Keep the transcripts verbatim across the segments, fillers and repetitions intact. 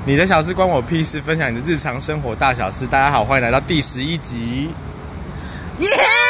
你的小事关我屁事，分享你的日常生活大小事。大家好，欢迎来到第十一集。 耶！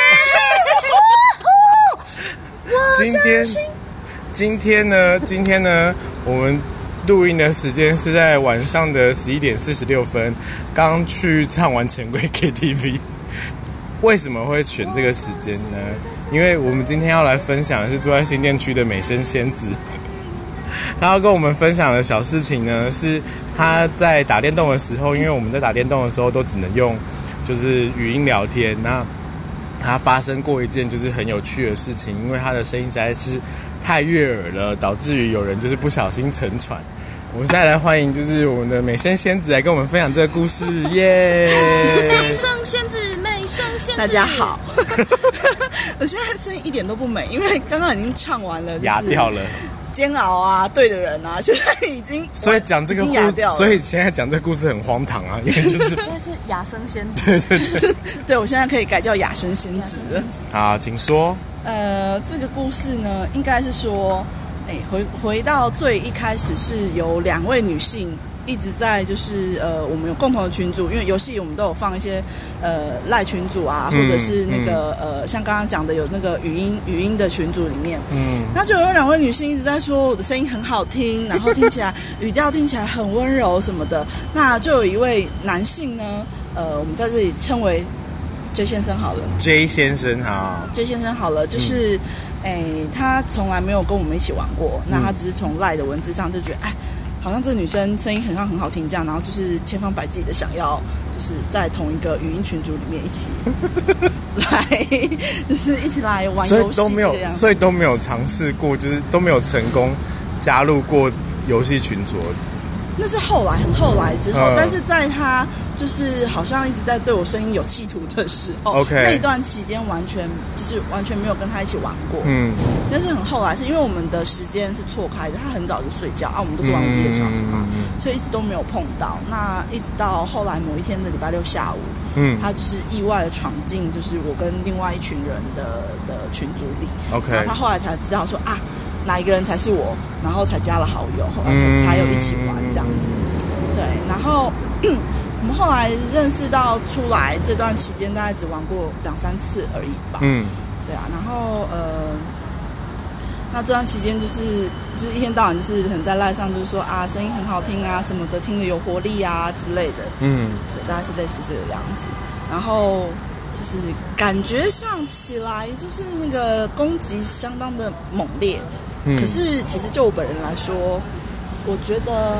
今天，今天呢？今天呢？我们录音的时间是在晚上的十一点四十六分，刚去唱完钱柜 K T V。为什么会选这个时间呢？因为我们今天要来分享的是住在新店区的美声仙子。他要跟我们分享的小事情呢，是他在打电动的时候，因为我们在打电动的时候都只能用就是语音聊天，那他发生过一件就是很有趣的事情，因为他的声音实在是太悦耳了，导致于有人就是不小心沉船。我们现在来欢迎就是我们的美声仙子来跟我们分享这个故事，耶！ 美声仙子，美声仙子，大家好。我现在声音一点都不美，因为刚刚已经唱完了，就是哑掉了。 煎熬啊，对的人啊，现在已经所以讲这个故事，所以现在讲这个故事很荒唐啊，因为就是因为是哑声仙子， 对对对， 对我现在可以改叫哑声仙子了。 好，请说。 呃，这个故事呢，应该是说，哎，回回到最一开始是有两位女性一直在就是呃，我们有共同的群组，因为游戏我们都有放一些呃赖群组啊，或者是那个、嗯、呃，像刚刚讲的有那个语音语音的群组里面，嗯，那就有两位女性一直在说我的声音很好听，然后听起来语调听起来很温柔什么的。那就有一位男性呢，呃，我们在这里称为 J 先生好了 ，J 先生好 ，J 先生好了，就是。嗯哎，他从来没有跟我们一起玩过，那他只是从赖的文字上就觉得，哎，好像这女生声音很像很好听这样，然后就是千方百计的想要，就是在同一个语音群组里面一起来，就是一起来玩游戏， 所以都没有，所以都没有尝试过，就是都没有成功加入过游戏群组。 那是后来很后来之后，嗯、但是在他就是好像一直在对我声音有企图的时候 ，OK， 那一段期间完全就是完全没有跟他一起玩过。嗯，但是很后来是因为我们的时间是错开的，他很早就睡觉啊，我们都是玩午夜场嘛、嗯，所以一直都没有碰到。那一直到后来某一天的礼拜六下午，嗯，他就是意外的闯进就是我跟另外一群人的的群组里 ，OK， 然后他后来才知道说啊。哪一个人才是我，然后才加了好友，后来才有一起玩这样子。对，然后我们后来认识到出来这段期间，大概只玩过两三次而已吧。嗯，对啊，然后呃，那这段期间就是就是一天到晚就是很在赖上，就是说啊，声音很好听啊什么的，听得有活力啊之类的。嗯，对，大概是类似这个样子。然后就是感觉上起来，就是那个攻击相当的猛烈。嗯、可是，其实就我本人来说，我觉得，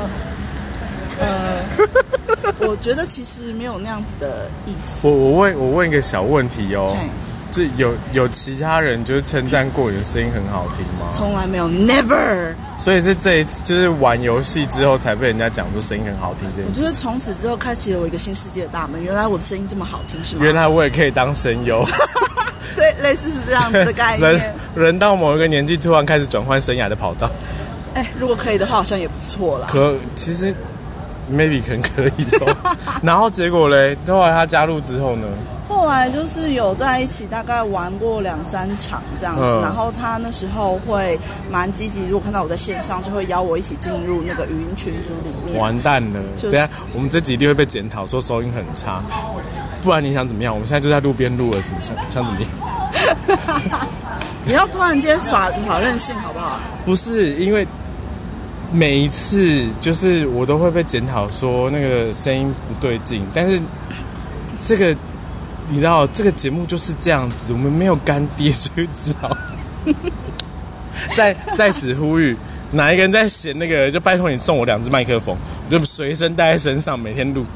呃，我觉得其实没有那样子的意思。 我我问我问一个小问题哦，就有有其他人就是称赞过你的声音很好听吗？ 从来没有 ，never。 所以是这一次就是玩游戏之后才被人家讲说声音很好听这件事。 就是从此之后开启了我一个新世界的大门，原来我的声音这么好听是吗？ 原来我也可以当声优。 对，类似是这样子的概念。 人人到某一个年纪，突然开始转换生涯的跑道。 哎，如果可以的话，好像也不错啦。 可其实 maybe 可能可以哦。然后结果嘞，后来他加入之后呢？ 后来就是有在一起，大概玩过两三场这样子。嗯、然后他那时候会蛮积极，如果看到我在线上，就会邀我一起进入那个语音群组里面。 完蛋了！就是、等一下我们这集一定会被检讨，说收音很差。不然你想怎么样？我们现在就在路边录了，怎么想想怎么样？ 你要突然间耍耍任性好不好？ 不是，因为每一次就是我都会被检讨说那个声音不对劲，但是这个你知道，这个节目就是这样子，我们没有干爹，所以只好在在此呼吁，哪一个人在嫌那个，就拜托你送我两只麦克风，我就随身带在身上，每天录。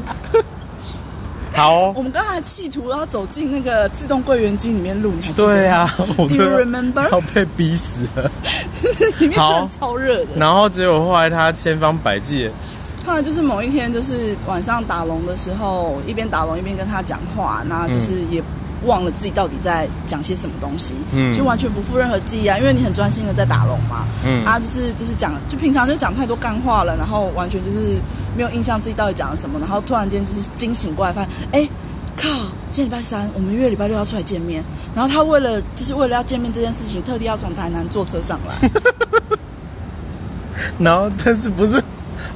好、哦， 我们刚才企图要走进那个自动柜员机里面录，你还记得？ 对啊，我 Do you remember？ 要被逼死了， 里面真的超热的。 然后结果后来他千方百计。 后来就是某一天，就是晚上打龙的时候，一边打龙一边跟他讲话，那就是也忘了自己到底在讲些什么东西，嗯，就完全不负任何记忆啊，因为你很专心的在打龙嘛，嗯，啊，就是就是讲，就平常就讲太多干话了，然后完全就是没有印象自己到底讲了什么，然后突然间就是惊醒过来，发现，哎，靠，今天礼拜三，我们约礼拜六要出来见面，然后他为了就是为了要见面这件事情，特地要从台南坐车上来， 然后但是不是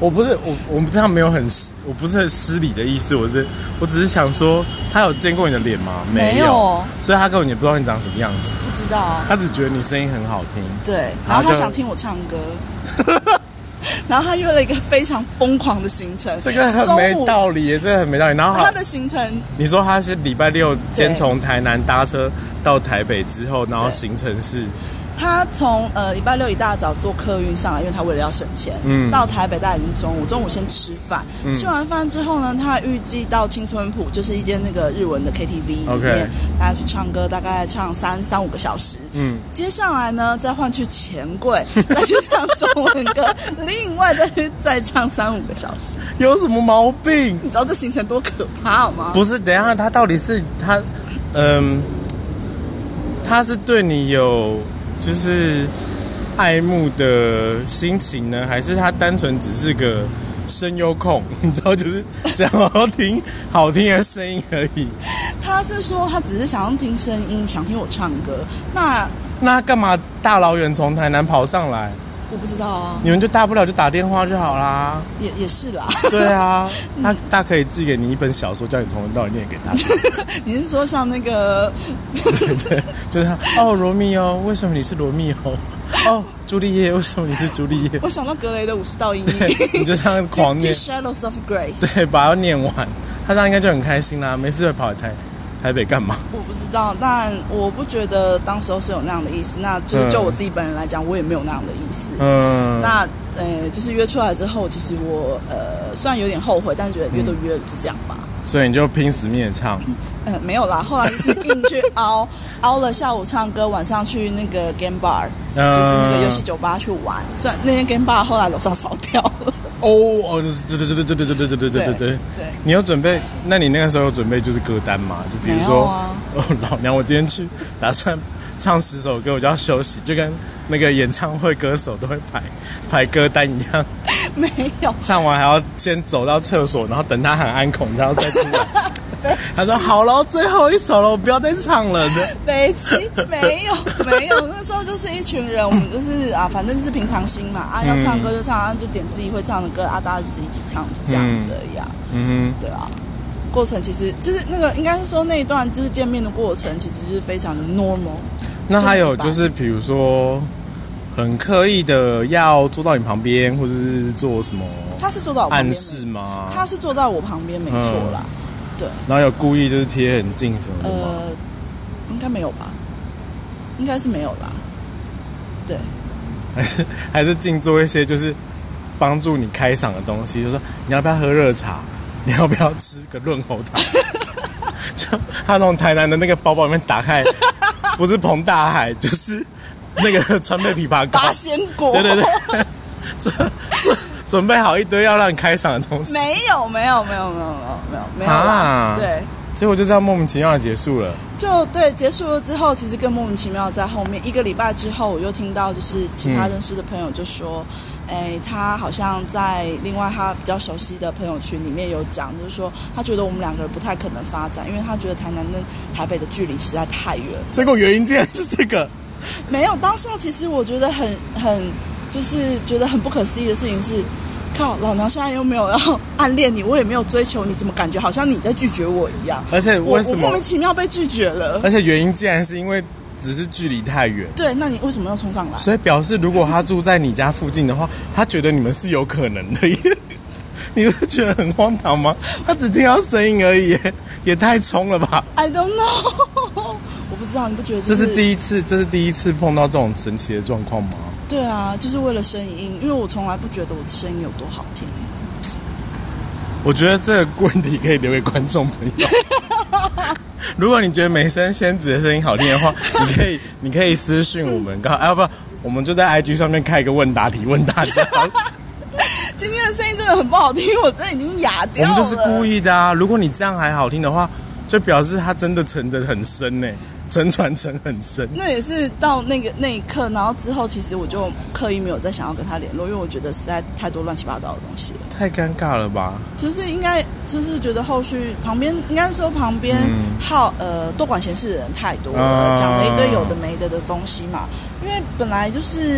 我不是我我们这样没有很我不是很失礼的意思，我是我只是想说，他有见过你的脸吗？ 没有， 所以他根本也不知道你长什么样子。 不知道啊， 他只觉得你声音很好听。 对，然后他想听我唱歌。然后他约了一个非常疯狂的行程， 这个很没道理耶，这个很没道理。然后他的行程， 你说他是礼拜六先从台南搭车到台北之后，然后行程是。 他从呃礼拜六一大早坐客运上来，因为他为了要省钱，嗯，到台北大概已经中午，中午先吃饭，嗯、吃完饭之后呢，他预计到青春埔，就是一间那个日文的 K T V 里面，大家去唱歌，大概唱三三五个小时，嗯，接下来呢再换去钱柜，再去唱中文歌，另外再去再唱三五个小时， 有什么毛病？ 你知道这行程多可怕吗？ 不是，等一下他到底是他，嗯，他是对你有。就是爱慕的心情呢，还是他单纯只是个声优控？你知道，就是想要听好听的声音而已。 他是说他只是想要听声音，想听我唱歌。那那干嘛大老远从台南跑上来？ 我不知道啊。 你们就大不了就打电话就好啦。 也也是啦。 对啊，他大可以寄给你一本小说，叫你从头到尾念给他。 你是说像那个？ 对对，就是他哦，罗密欧，为什么你是罗密欧？哦，朱丽叶，为什么你是朱丽叶？ 我想到格雷的五十道阴影， 你就这样狂念。 Shadows of Grace。 对，把它念完，他这样应该就很开心啦。没事跑来台台北干嘛？ 我不知道，但我不觉得当时候是有那样的意思。那就是就我自己本人来讲，我也没有那样的意思。嗯。那呃，就是约出来之后，其实我呃虽然有点后悔，但是觉得约都约了，就这样吧。 所以你就拼死命的唱。 呃，没有啦，后来就是硬去凹凹了下午唱歌，晚上去那个 game bar，、嗯、就是那个游戏酒吧去玩。虽然那间 game bar 后来楼上烧掉了。 哦哦，对对对对对对对对对对对对对。你有准备？那你那个时候有准备就是歌单吗？就比如说，啊、哦，老娘我今天去打算唱十首歌，我就要休息，就跟那个演唱会歌手都会排排歌单一样。 没有， 唱完还要先走到厕所，然后等他喊安孔，然后再出来。他说：“好了，最后一首了，我不要再唱了。” 没气，没有，没有。那时候就是一群人，我们就是啊，反正就是平常心嘛。啊，要唱歌就唱，啊，就点自己会唱的歌啊，大家就是一起唱，就这样子而已啊。嗯，对啊。过程其实就是那个，应该是说那一段就是见面的过程，其实就是非常的 normal。 那还有就是，比如说很刻意的要坐到你旁边，或者是做什么？ 他是坐到我旁边暗示吗？ 他是坐在我旁边，没错啦。嗯对， 然后有故意就是贴很近什么的吗？呃， 应该没有吧，应该是没有啦。对， 还是还是净做一些就是帮助你开嗓的东西，就说你要不要喝热茶，你要不要吃个润喉糖？就他从台南的那个包包里面打开，不是彭大海，就是那个川贝枇杷膏、 八仙果。 对对对，这这。准备好一堆要让你开嗓的东西， 没有没有没有没有没有没有没有啊！对， 结果就这样莫名其妙的结束了。 就对，结束了之后，其实更莫名其妙的在后面一个礼拜之后，我又听到就是其他认识的朋友就说，哎、嗯，他好像在另外他比较熟悉的朋友群里面有讲，就是说他觉得我们两个人不太可能发展，因为他觉得台南跟台北的距离实在太远。 结果原因竟然是这个？ 没有，当下其实我觉得很很。就是觉得很不可思议的事情是，靠，老娘现在又没有要暗恋你，我也没有追求你，怎么感觉好像你在拒绝我一样？ 而且为什么我莫名其妙被拒绝了？ 而且原因竟然是因为只是距离太远。 对，那你为什么要冲上来？ 所以表示，如果他住在你家附近的话，他觉得你们是有可能的。你不觉得很荒唐吗？他只听到声音而已，也太冲了吧 ？I don't know， 我不知道，你不觉得、就是、 这是第一次？这是第一次碰到这种神奇的状况吗？ 对啊，就是为了声音，因为我从来不觉得我的声音有多好听。 我觉得这个问题可以留给观众朋友。如果你觉得美声仙子的声音好听的话，你可以你可以私讯我们，告啊不，我们就在 I G 上面开一个问答题，问大家。 今天的声音真的很不好听，我真的已经哑掉了。 我们就是故意的啊！如果你这样还好听的话，就表示它真的沉得很深呢。沉船沉很深， 那也是到那个那一刻，然后之后其实我就刻意没有再想要跟他联络，因为我觉得实在太多乱七八糟的东西了， 太尴尬了吧？ 就是应该就是觉得后续旁边应该说旁边好、嗯、呃多管闲事的人太多了，讲、呃、了一堆有的没的的东西嘛。因为本来就是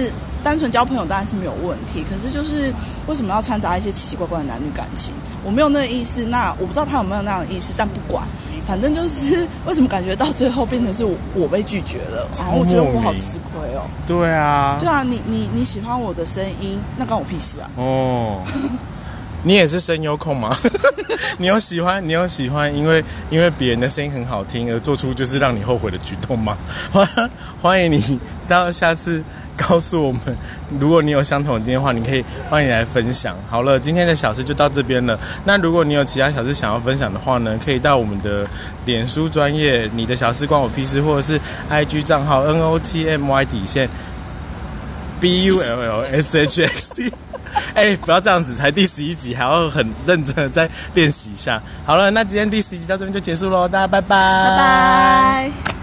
单纯交朋友当然是没有问题，可是就是为什么要掺杂一些奇奇怪怪的男女感情？我没有那个意思，那我不知道他有没有那样的意思，但不管，反正就是为什么感觉到最后变成是我我被拒绝了，然后我觉得我好吃亏哦。 对啊， 对啊，你你你喜欢我的声音，那关我屁事啊！ 哦。你也是声优控吗？你有喜欢，你有喜欢，因为因为别人的声音很好听而做出就是让你后悔的举动吗？欢迎你到下次告诉我们，如果你有相同的经验的话，你可以欢迎来分享。好了，今天的小事就到这边了。那如果你有其他小事想要分享的话呢，可以到我们的脸书专页，你的小事关我屁事，或者是 I G 账号 N O T M Y 底线 B U L L S H X T。哎、欸，不要这样子，才第十一集，还要很认真的再练习一下。好了，那今天第十一集到这边就结束喽，大家拜拜， 拜拜。